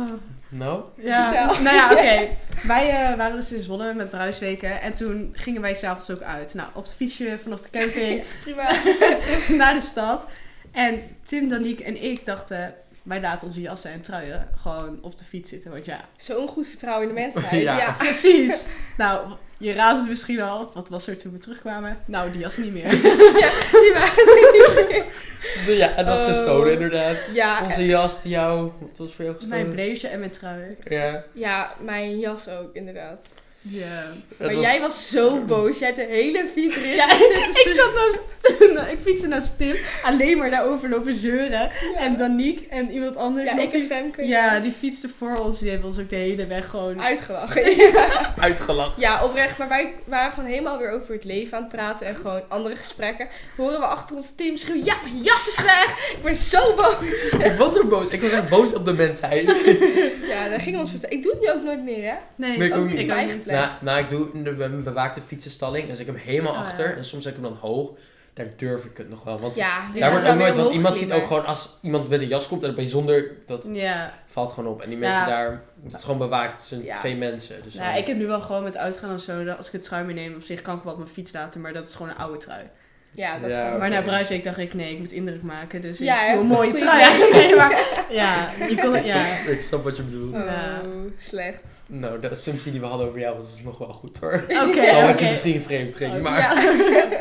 S1: Nou?
S2: Ja,
S3: Vertel.
S2: nou ja, oké. Wij eh, waren dus in Zwolle met bruisweken. En toen gingen wij s'avonds ook uit. Nou, op het fietsje vanaf de camping
S3: Prima.
S2: naar de stad. En Tim, Danique en ik dachten, wij laten onze jassen en truien gewoon op de fiets zitten. Want ja,
S3: Zo'n goed vertrouwen in de mensheid.
S1: Ja.
S3: Ja.
S2: precies. Nou, je raadt het misschien al. Wat was er toen we terugkwamen? Nou, die jas niet meer.
S3: Die waren er niet meer.
S1: Ja, het was
S3: Oh.
S1: gestolen inderdaad.
S3: Ja,
S1: Onze jas, die jou... Wat was voor jou gestolen?
S2: Mijn blazer en mijn trui.
S1: Ja.
S3: ja, mijn jas ook, inderdaad.
S2: Ja.
S1: Het
S3: Maar
S1: was-
S3: jij was zo boos. Jij hebt de hele fietsrit
S2: Ja,
S3: zitten
S2: ik zat naast ik fietste naast Tim, alleen maar daarover lopen zeuren.
S3: Ja.
S2: En Danique en iemand anders
S3: Ja,
S2: nog,
S3: ik en
S2: die,
S3: Femke.
S2: ja, die fietste voor ons. Die hebben ons ook de hele weg gewoon...
S3: Uitgelachen. Ja.
S1: Uitgelachen.
S3: Ja, oprecht. Maar wij waren gewoon helemaal weer over het leven aan het praten. En gewoon andere gesprekken. Horen we achter ons team schreeuwen. Ja, mijn jas is weg. Ik ben zo boos.
S1: Ik was zo boos. Ik was echt boos op de mensheid.
S3: Ja, daar ging ons vertellen. Ik doe het nu ook nooit meer, hè?
S2: Nee,
S1: Nee, ik ook
S3: ook
S1: niet.
S3: niet.
S2: Ik ook
S3: Eigen
S2: niet.
S3: plek.
S1: Nou, nou, ik doe in de be- bewaakte fietsenstalling. Dus ik heb hem helemaal
S2: Oh,
S1: achter.
S2: ja.
S1: En soms heb ik hem dan hoog. Daar durf ik het nog wel. Want
S3: Ja,
S1: daar
S3: we gaan
S1: wordt
S3: dan
S1: ook
S3: weer
S1: nooit... Want
S3: omhoog
S1: iemand ziet
S3: klimmen.
S1: ook gewoon... Als iemand met een jas komt en opeens zonder... Dat
S2: Ja.
S1: valt gewoon op. En die
S2: Ja.
S1: mensen daar... Het is gewoon bewaakt. Het zijn
S3: Ja.
S1: twee mensen. Dus
S2: Nou,
S1: dan-
S2: ik heb nu wel gewoon met uitgaan en zo, dat als ik het trui meeneem, op zich kan ik wel op mijn fiets laten, maar dat is gewoon een oude trui.
S3: Ja, dat
S1: Ja,
S3: kan.
S1: oké.
S2: Maar na Bruisweek dacht ik, nee, ik moet indruk maken, dus
S3: Ja,
S2: ik
S3: hè?
S2: doe een mooie
S3: Goeie
S2: trui.
S3: idee.
S2: Nee, maar ja, je kon het, ja.
S1: Ik snap wat je bedoelt.
S3: Oh,
S2: Ja.
S3: slecht.
S1: Nou, de assumptie die we hadden over jou was dus nog wel goed hoor.
S2: Oké,
S1: Al
S2: oké.
S1: had je misschien vreemd ging,
S2: Oh,
S1: maar...
S3: Ja.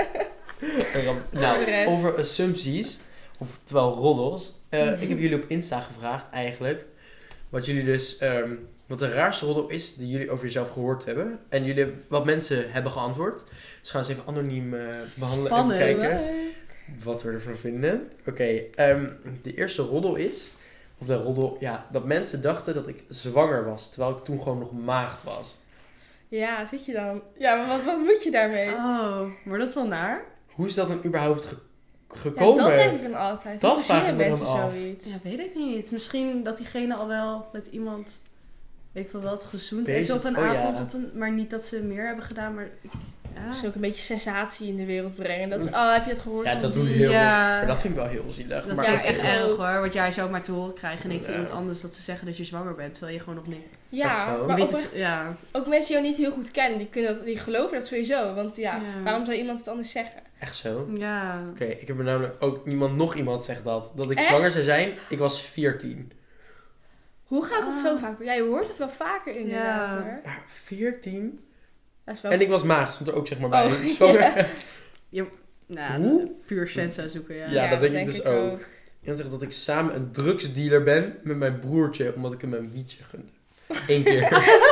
S1: En dan-
S3: Voor de
S1: nou,
S3: rest.
S1: over assumpties, oftewel roddels. Eh,
S2: Mhm.
S1: Ik heb jullie op Insta gevraagd eigenlijk, wat jullie dus, ehm, wat de raarste roddel is die jullie over jezelf gehoord hebben. En jullie, hebben- wat mensen hebben geantwoord. Dus gaan we eens even anoniem eh, behandelen en
S2: Spannend.
S1: kijken wat we ervan vinden. Oké, ehm, de eerste roddel is, of de roddel, ja, dat mensen dachten dat ik zwanger was, terwijl ik toen gewoon nog maagd was.
S3: Ja, zit je dan? Ja, maar wat, wat moet je daarmee?
S2: Oh, wordt dat wel naar?
S1: Hoe is dat dan überhaupt ge-
S3: Ja,
S1: gekomen?
S3: dat denk ik dan altijd.
S1: Dat
S3: Hoe
S1: vraag
S3: verzinnen
S1: ik me dan
S3: mensen
S1: af.
S3: zoiets?
S2: Ja, weet ik niet. Misschien dat diegene al wel met iemand, weet ik veel wat, gezoend is
S1: Bezig.
S2: op een
S1: Oh, ja.
S2: avond, op een, maar niet dat ze meer hebben gedaan, maar ik- ja.
S3: Dus ook een beetje sensatie in de wereld brengen. Dat is, oh, heb je het gehoord?
S1: Ja,
S3: van
S1: dat
S3: die?
S1: doen heel veel.
S2: Ja.
S1: Maar dat vind ik wel heel zielig.
S2: Dat
S1: maar
S2: vind
S3: ja,
S2: ik echt
S3: ik
S2: erg
S3: ook.
S2: hoor, want jij zou maar te horen krijgen en ik vind
S1: Ja.
S2: iemand anders dat ze zeggen dat je zwanger bent, terwijl je gewoon nog niet...
S3: Ja,
S1: Echt zo.
S2: Je
S3: maar
S2: weet
S3: oprecht,
S2: het, ja.
S3: ook mensen die jou niet heel goed kennen, die, kunnen dat, die geloven dat sowieso. Want ja,
S2: Ja.
S3: waarom zou iemand het anders zeggen?
S1: Echt zo?
S2: Ja.
S1: Oké, ik heb er namelijk ook iemand, nog iemand zegt dat. Dat ik
S3: Echt?
S1: zwanger zou zijn. Ik was veertien.
S3: Hoe gaat dat
S2: Ah.
S3: zo vaak? Ja, je hoort het wel vaker inderdaad
S2: Ja.
S3: hoor.
S1: Maar veertien?
S3: Dat is wel...
S1: En ik was maagd, stond er ook zeg maar bij.
S3: Oh,
S1: Zwanger.
S2: Nou,
S1: Hoe?
S2: dat- puur sensa zoeken, ja.
S1: Ja, dat denk ik dus ook. En zegt dat ik samen een drugsdealer ben met mijn broertje, omdat ik hem een wietje gunde. Eén keer.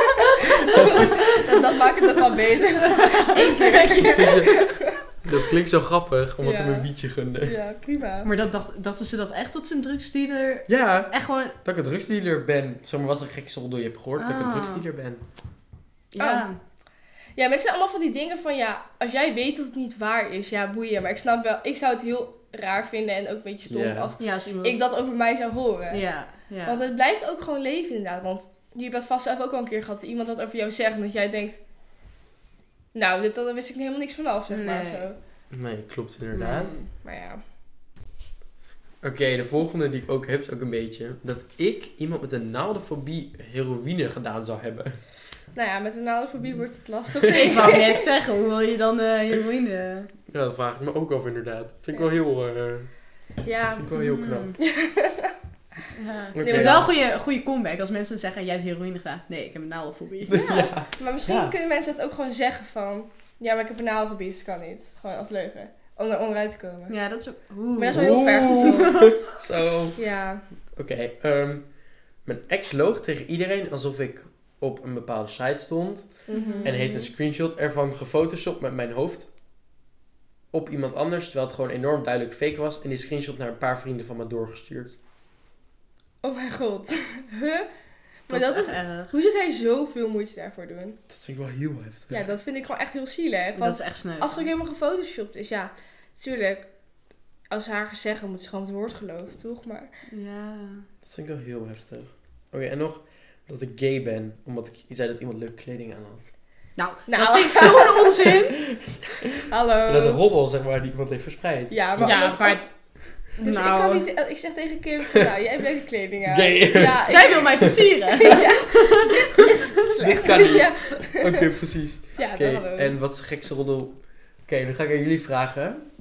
S3: dat, dat maakt het nog wel beter.
S2: Eén keer.
S1: Dat klinkt zo grappig, omdat ik
S3: Ja.
S1: hem een wietje gunde.
S3: Ja, prima.
S2: Maar dat dacht, dachten ze dat echt, dat ze een drugsdealer...
S1: Ja,
S2: Echt gewoon...
S1: dat ik een drugsdealer ben. Zeg maar, wat is een gekste roddel je hebt gehoord? Dat ik een
S2: Ah.
S1: drugsdealer ben.
S2: Ja.
S3: Ja, maar het zijn allemaal van die dingen van ja, als jij weet dat het niet waar is, ja, boeien. Maar ik snap wel, ik zou het heel raar vinden en ook een beetje stom
S1: Ja.
S3: als
S2: Ja, als iemand...
S3: ik dat over mij zou horen.
S2: Ja, ja.
S3: Want het blijft ook gewoon leven inderdaad. Want je hebt dat vast zelf ook wel een keer gehad dat iemand dat over jou zegt en dat jij denkt, nou, dit, daar wist ik helemaal niks vanaf, zeg maar
S2: Nee.
S3: zo.
S1: Nee, klopt inderdaad.
S2: Nee.
S3: Maar ja.
S1: Oké, de volgende die ik ook heb is ook een beetje dat ik iemand met een naaldenfobie heroïne gedaan zou hebben.
S3: Nou ja, met een naaldenfobie wordt het lastig.
S2: Ik wou net zeggen, hoe wil je dan eh heroïne?
S1: Ja, dat vraag ik me ook over inderdaad. Dat vind ik wel heel, eh, dat
S3: Ja,
S1: vind ik wel heel knap.
S2: Mm. Ja.
S1: Oké.
S2: Nee, maar het is wel een goede, goede comeback als mensen zeggen, jij hebt heroïne gedaan. Nee, ik heb een naaldenfobie.
S1: Ja.
S3: maar misschien
S1: Ja.
S3: kunnen mensen dat ook gewoon zeggen van, ja, maar ik heb een naaldenfobie, dus dat kan niet. Gewoon als leugen. Om er onderuit te komen.
S2: Ja, dat is ook... Oeh.
S3: Maar dat is wel heel ver
S1: Oeh.
S3: gezocht.
S1: Zo.
S3: Ja.
S1: Oké, ehm, mijn ex loog tegen iedereen alsof ik op een bepaalde site stond.
S3: Mhm.
S1: En heeft een screenshot ervan gefotoshopt met mijn hoofd op iemand anders. Terwijl het gewoon enorm duidelijk fake was. En die screenshot naar een paar vrienden van me doorgestuurd.
S3: Oh mijn god. Huh? Maar
S2: Dat,
S3: dat
S2: is
S3: is...
S2: echt erg.
S3: Hoe zou zij zoveel moeite daarvoor doen?
S1: Dat vind ik wel heel heftig.
S3: Ja, dat vind ik gewoon echt heel zielig.
S2: Dat
S3: Want
S2: is echt sneu.
S3: als er ook helemaal gefotoshopt is, ja, natuurlijk. Als haar gezegd moet ze gewoon het woord geloven, toch? Maar
S2: Ja.
S1: Dat vind ik wel heel heftig. Oké, en nog dat ik gay ben. Omdat ik zei dat iemand leuke kleding aan had.
S2: Nou,
S3: Nou.
S2: dat vind ik zo'n onzin.
S3: hallo.
S1: En dat is een roddel, zeg maar, die iemand heeft verspreid.
S3: Ja, maar,
S2: Ja,
S3: ook-
S2: maar... het-
S3: Dus
S2: nou,
S3: ik kan niet... Ik zeg tegen Kim van, nou, jij hebt leuke kleding aan.
S1: Gay.
S3: Ja,
S2: Zij
S3: ik-
S2: wil mij versieren.
S3: ja, dit is slecht.
S1: Dit kan niet.
S3: Ja,
S1: Oké, precies.
S3: ja
S1: Oké,
S3: dat hadden we.
S1: en wat is de gekste roddel? Oké, dan ga ik aan jullie vragen.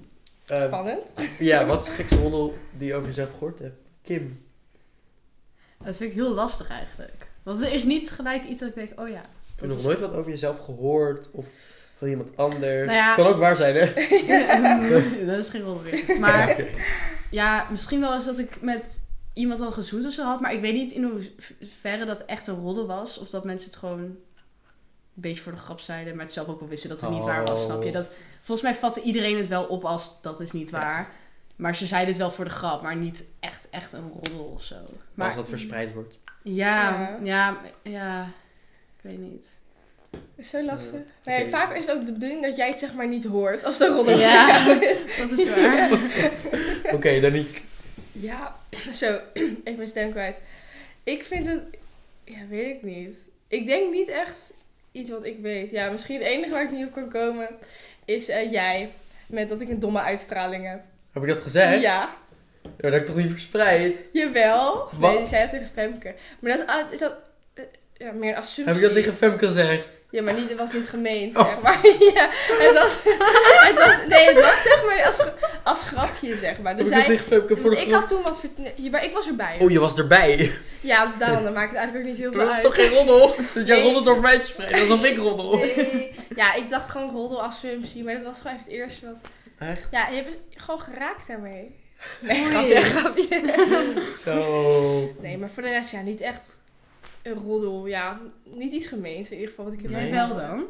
S1: Uh,
S3: Spannend.
S1: Ja, wat is de gekste roddel die je over jezelf gehoord hebt? Kim.
S2: Dat vind ik heel lastig eigenlijk. Want er is niet gelijk iets dat ik denk, oh ja.
S1: Heb je nog nooit wat over jezelf gehoord? Of van iemand anders?
S2: Nou ja,
S1: kan ook waar zijn, hè?
S2: dat is geen roddel meer. Maar ja, misschien wel eens dat ik met iemand al gezoend of zo had. Maar ik weet niet in hoeverre dat echt een roddel was. Of dat mensen het gewoon een beetje voor de grap zeiden. Maar het zelf ook wel wisten dat het niet
S1: oh.
S2: waar was, snap je? Dat, volgens mij vatte iedereen het wel op als dat is niet waar. Ja. Maar ze zeiden het wel voor de grap. Maar niet echt, echt een roddel of zo. Maar,
S1: maar als dat verspreid wordt.
S2: Ja, ja, ja, ja. Ik weet niet.
S3: Dat is zo lastig.
S1: Uh,
S3: nee,
S1: okay.
S3: Vaak is het ook de bedoeling dat jij het zeg maar niet hoort als de roddel
S2: ja,
S3: is.
S2: Dat is waar.
S1: Oké, okay, Danique.
S3: Ja, zo. Even mijn stem kwijt. Ik vind het... Ja, weet ik niet. Ik denk niet echt iets wat ik weet. Ja, misschien het enige waar ik niet op kan komen is uh, jij. Met dat ik een domme uitstraling heb.
S1: Heb ik dat gezegd?
S3: Ja.
S1: Ja, dat heb ik toch niet verspreid?
S3: Jawel.
S1: Wat?
S3: Nee, die zei het tegen Femke. Maar dat is, is dat... Ja, meer een assumptie.
S1: Heb ik dat tegen Femke gezegd?
S3: Ja, maar niet, het was niet gemeend,
S1: oh.
S3: zeg maar. Ja, het was, het was, nee, het was zeg maar als, als grapje, zeg maar. Dus
S1: heb ik dat tegen Femke voor de
S3: ik
S1: grap?
S3: had toen wat... Vert- maar ik was erbij.
S1: Oh, je was erbij?
S3: Ja, dus daarom dan maakt het eigenlijk ook niet heel veel
S1: dat
S3: uit.
S1: Dat is toch geen roddel? Dat jij
S3: Nee.
S1: roddelt over mij te spreiden, dat is alsof ik roddel.
S3: Nee. Ja, ik dacht gewoon roddel assumptie, maar dat was gewoon even het eerste wat...
S1: Echt?
S3: Ja, je hebt het gewoon geraakt daarmee. Nee,
S2: Oei.
S3: grapje, grapje.
S1: Zo.
S3: Nee, maar voor de rest, ja, niet echt een roddel. Ja, niet iets gemeens in ieder geval wat ik heb
S2: Jij
S1: Nee.
S2: wel dan?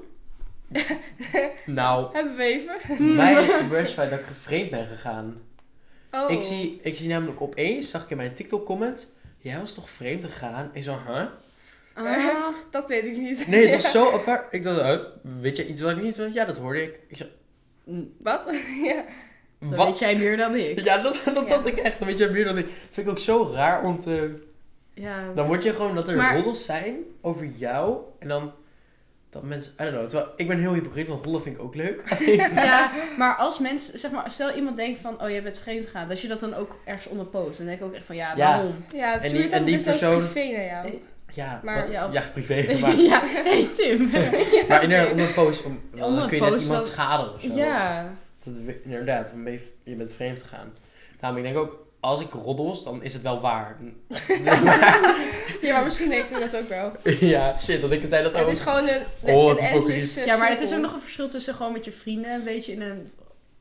S1: Nou,
S3: Hebben we even?
S1: mij best fijn dat ik vreemd ben gegaan.
S3: Oh.
S1: Ik zie, ik zie namelijk opeens, zag ik in mijn TikTok comment, jij was toch vreemd gegaan? Ik zo, huh?
S2: Ah.
S3: Dat weet ik niet.
S1: Nee, het was zo apart. Ik dacht, huh? Weet je iets wat ik niet weet? Ja, dat hoorde ik. Ik zo,
S3: Wat? Ja.
S2: Dan
S1: wat?
S2: weet jij meer dan ik.
S1: Ja, dat, dat
S3: Ja.
S1: had ik echt. Dan weet jij meer dan ik. Vind ik ook zo raar om te...
S2: Ja.
S1: Dan word je gewoon dat er
S2: Maar-
S1: roddels zijn over jou. En dan... Dat mensen... I don't know. Terwijl, ik ben heel hypocriet, want rollen vind ik ook leuk.
S2: Ja, maar als mensen, zeg maar, stel iemand denkt van, oh, jij bent vreemd gegaan, dat je dat dan ook ergens onder post. Dan denk ik ook echt van, ja,
S1: Ja.
S2: waarom?
S3: Ja, het
S1: En
S3: stuurt
S1: die-
S3: dan
S1: en die
S3: dus persoon...
S1: persoon-
S3: privé naar jou.
S1: Ja,
S3: Maar-
S1: wat-
S2: ja,
S1: ja,
S2: of-
S1: privé. Maar,
S2: Ja, hey Tim.
S1: maar inderdaad, onder een post. Om,
S2: Onder
S1: dan
S2: een
S1: kun je net
S2: post
S1: iemand
S2: dan-
S1: schaden of zo.
S2: Ja.
S1: Dat, we- inderdaad, van ben je, je bent vreemd gegaan. Daarom, ik denk ook, als ik roddels, dan is het wel waar.
S3: Ja, maar misschien denk ik dat ook wel.
S1: Ja, shit, dat ik zei dat ook.
S3: Het is gewoon een,
S1: Oh, wat
S3: een
S1: hypocriet.
S3: endless uh,
S2: Ja, maar het is ook
S3: cirkel.
S2: nog een verschil tussen gewoon met je vrienden een beetje in een,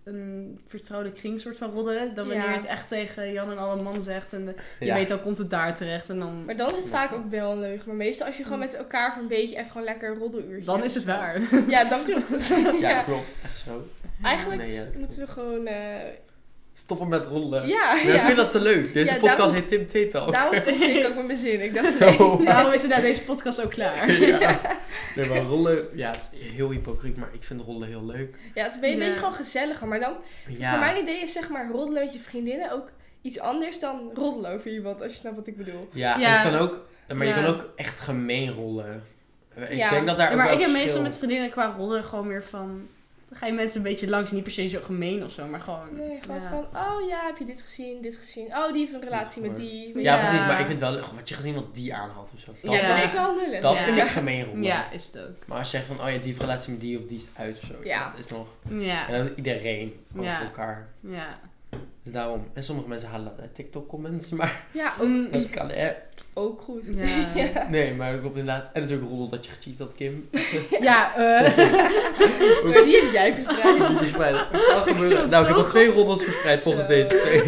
S2: een vertrouwde kring soort van roddelen. Dan wanneer
S3: Ja.
S2: je het echt tegen Jan en alle man zegt en de- je
S1: Ja.
S2: weet dan komt het daar terecht en dan,
S3: Maar dan is het vaak ook wel een leugen. Maar meestal als je gewoon met elkaar voor een beetje even gewoon lekker een roddeluurtje
S2: dan
S3: hebt.
S2: is het waar.
S3: Ja, dan klopt het.
S1: Ja,
S3: Ja.
S1: klopt. Echt zo.
S3: Eigenlijk
S1: Nee, ja.
S3: moeten we gewoon... eh,
S1: Stoppen met roddelen.
S3: ja,
S1: Maar
S3: ja.
S1: ik vind dat te leuk. Deze
S3: Ja,
S1: podcast
S3: daarom-
S1: heet Tim Tetal.
S3: Daarom stopte ik ook met mijn zin. Ik dacht,
S1: Oh.
S3: nee.
S2: Daarom is het na deze podcast ook klaar.
S1: Ja. Nee, maar rollen... Ja, het is heel hypocriet, maar ik vind rollen heel leuk.
S3: Ja, het is een beetje,
S2: Ja.
S3: beetje gewoon gezelliger. Maar dan,
S1: Ja.
S3: voor mijn idee is zeg maar roddelen met je vriendinnen ook iets anders dan roddelen over iemand. Als je snapt wat ik bedoel.
S1: Ja, en
S2: Ja.
S1: je kan ook... Maar je
S2: Ja.
S1: kan ook echt gemeen rollen. Ik
S3: Ja.
S1: denk dat daar
S2: Ja,
S1: ook
S2: maar
S1: wel
S2: ik heb
S1: verschil-
S2: meestal met vriendinnen qua rollen gewoon meer van... Dan ga je mensen een beetje langs, niet per se zo gemeen of zo, maar gewoon...
S3: Nee, gewoon
S2: ja.
S3: van, oh ja, heb je dit gezien, dit gezien. Oh, die heeft een relatie met die. weet
S1: Ja,
S3: je.
S2: Ja.
S1: precies. Maar ik vind wel... oh, wat je gezien wat die aan had of zo. Dat
S2: Ja.
S3: Dat
S1: vind
S3: is
S1: ik...
S3: wel lullig.
S1: Dat
S2: Ja.
S1: vind ik gemeen rollen.
S2: Ja, is het ook.
S1: Maar als je zegt van... Oh ja, die heeft relatie met die of die is uit of zo.
S3: Ja.
S1: Dat is nog...
S2: Ja,
S1: En dat is iedereen. Over
S2: Ja.
S1: elkaar.
S2: ja.
S1: Dus daarom... En sommige mensen halen dat uit TikTok comments. Maar
S3: Ja, ook,
S2: Mm,
S1: dat kan... Eh,
S3: ook goed.
S2: ja.
S3: Ja.
S1: nee, maar ik klopt inderdaad. En natuurlijk roddel dat je gecheat had, Kim.
S2: Ja, eh...
S3: Maar die heb jij verspreid.
S1: Niet verspreiden. Dat kan gebeuren. Nou, ik heb al twee roddels verspreid volgens
S3: Zo.
S1: deze twee.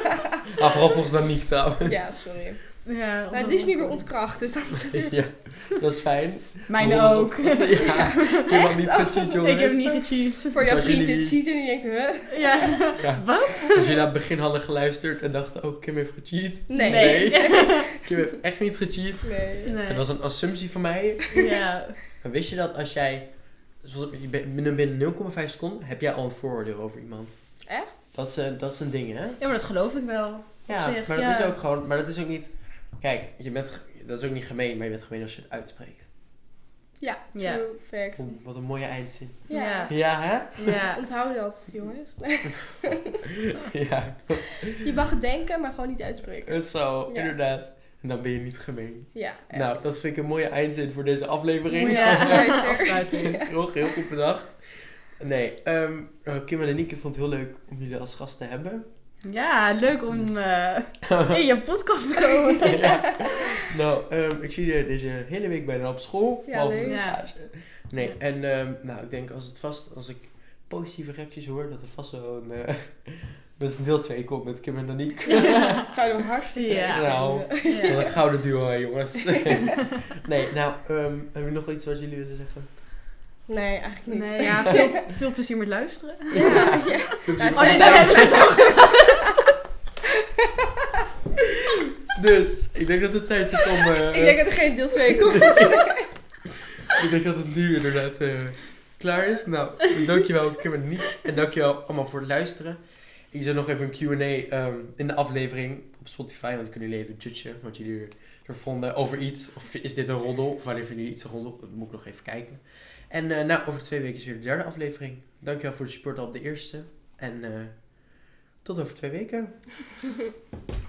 S1: Ah, vooral volgens Danique trouwens.
S3: Ja, sorry.
S2: ja,
S3: Nou, die is nu weer ontkracht, dus dat is...
S1: Ja, dat is fijn.
S2: Mijn
S1: Roddels
S2: ook.
S1: op- Ja, Kim had niet
S3: Echt?
S1: gecheat, jongens.
S2: Ik heb niet gecheat.
S3: Voor jouw
S1: Zoals
S3: vriend
S1: jullie-
S3: dit ziet en die denkt, huh?
S2: Ja.
S1: Ja.
S2: Wat?
S1: Als jullie aan het begin hadden geluisterd en dachten, oh, Kim heeft gecheat.
S3: Nee.
S2: Nee.
S1: Kim heeft echt niet gecheat.
S3: Nee.
S2: Nee.
S1: Het was een assumptie van mij.
S2: Ja.
S1: Maar wist je dat als jij... zoals je bent- Binnen, binnen nul komma vijf seconden heb jij al een vooroordeel over iemand.
S3: Echt?
S1: Dat is, eh, dat is een ding, hè?
S2: Ja, maar dat geloof ik wel.
S1: Ja,
S2: Op zich,
S1: maar dat
S2: ja.
S1: is ook gewoon... Maar dat is ook niet... Kijk, je bent, ge- dat is ook niet gemeen, maar je bent gemeen als je het uitspreekt.
S3: Ja, true
S2: Ja.
S3: facts.
S1: Oeh, wat een mooie eindzin.
S3: Ja.
S2: Ja.
S1: Ja, hè?
S2: Ja.
S3: Onthoud dat, jongens.
S1: Ja,
S3: Je mag het denken, maar gewoon niet uitspreken.
S1: het is zo,
S3: Ja.
S1: inderdaad. En dan ben je niet gemeen.
S3: Ja, echt.
S1: Nou, dat vind ik een mooie eindzin voor deze aflevering.
S2: Ja,
S3: Afsluiter.
S2: afsluiting.
S1: heel, heel goed bedacht. Nee, um, Kim en Anieke vond het heel leuk om jullie als gast te hebben.
S2: Ja, leuk om uh, in je podcast te komen.
S1: Ja. Nou, um, ik zie je deze hele week bijna op school.
S3: Ja, leuk.
S1: De
S2: Ja.
S1: stage. Nee, ja. en um, nou, ik denk als het vast, als ik positieve reacties hoor, dat er vast wel een, uh, met een deel twee komt met Kim en Anieke.
S3: Ja, het zou dan hartstikke
S2: Ja.
S3: leuk
S1: Nou,
S3: vinden.
S2: Ja.
S1: wat een gouden duo, hè, jongens. Nee, nou, um, hebben jullie nog iets wat jullie willen zeggen?
S3: Nee, eigenlijk niet.
S2: Nee, ja, veel, veel plezier met luisteren.
S3: Ja, ja.
S1: Ja,
S2: Oh nee, daar hebben ze het al geluisterd.
S1: Dus, ik denk dat het tijd is om... Uh,
S3: Ik denk dat er geen deel twee komt.
S1: ik denk dat het nu inderdaad uh, klaar is. Nou, dankjewel Kim en Niek. En dankjewel allemaal voor het luisteren. Ik zet nog even een Q en A um, in de aflevering op Spotify. Want dan kunnen jullie even judgen wat jullie er vonden over iets. Of is dit een roddel? Of wanneer vinden jullie iets een roddel? Dat moet ik nog even kijken. En uh, nou, over twee weken is weer de derde aflevering. Dankjewel voor de support op de eerste. En uh, tot over twee weken.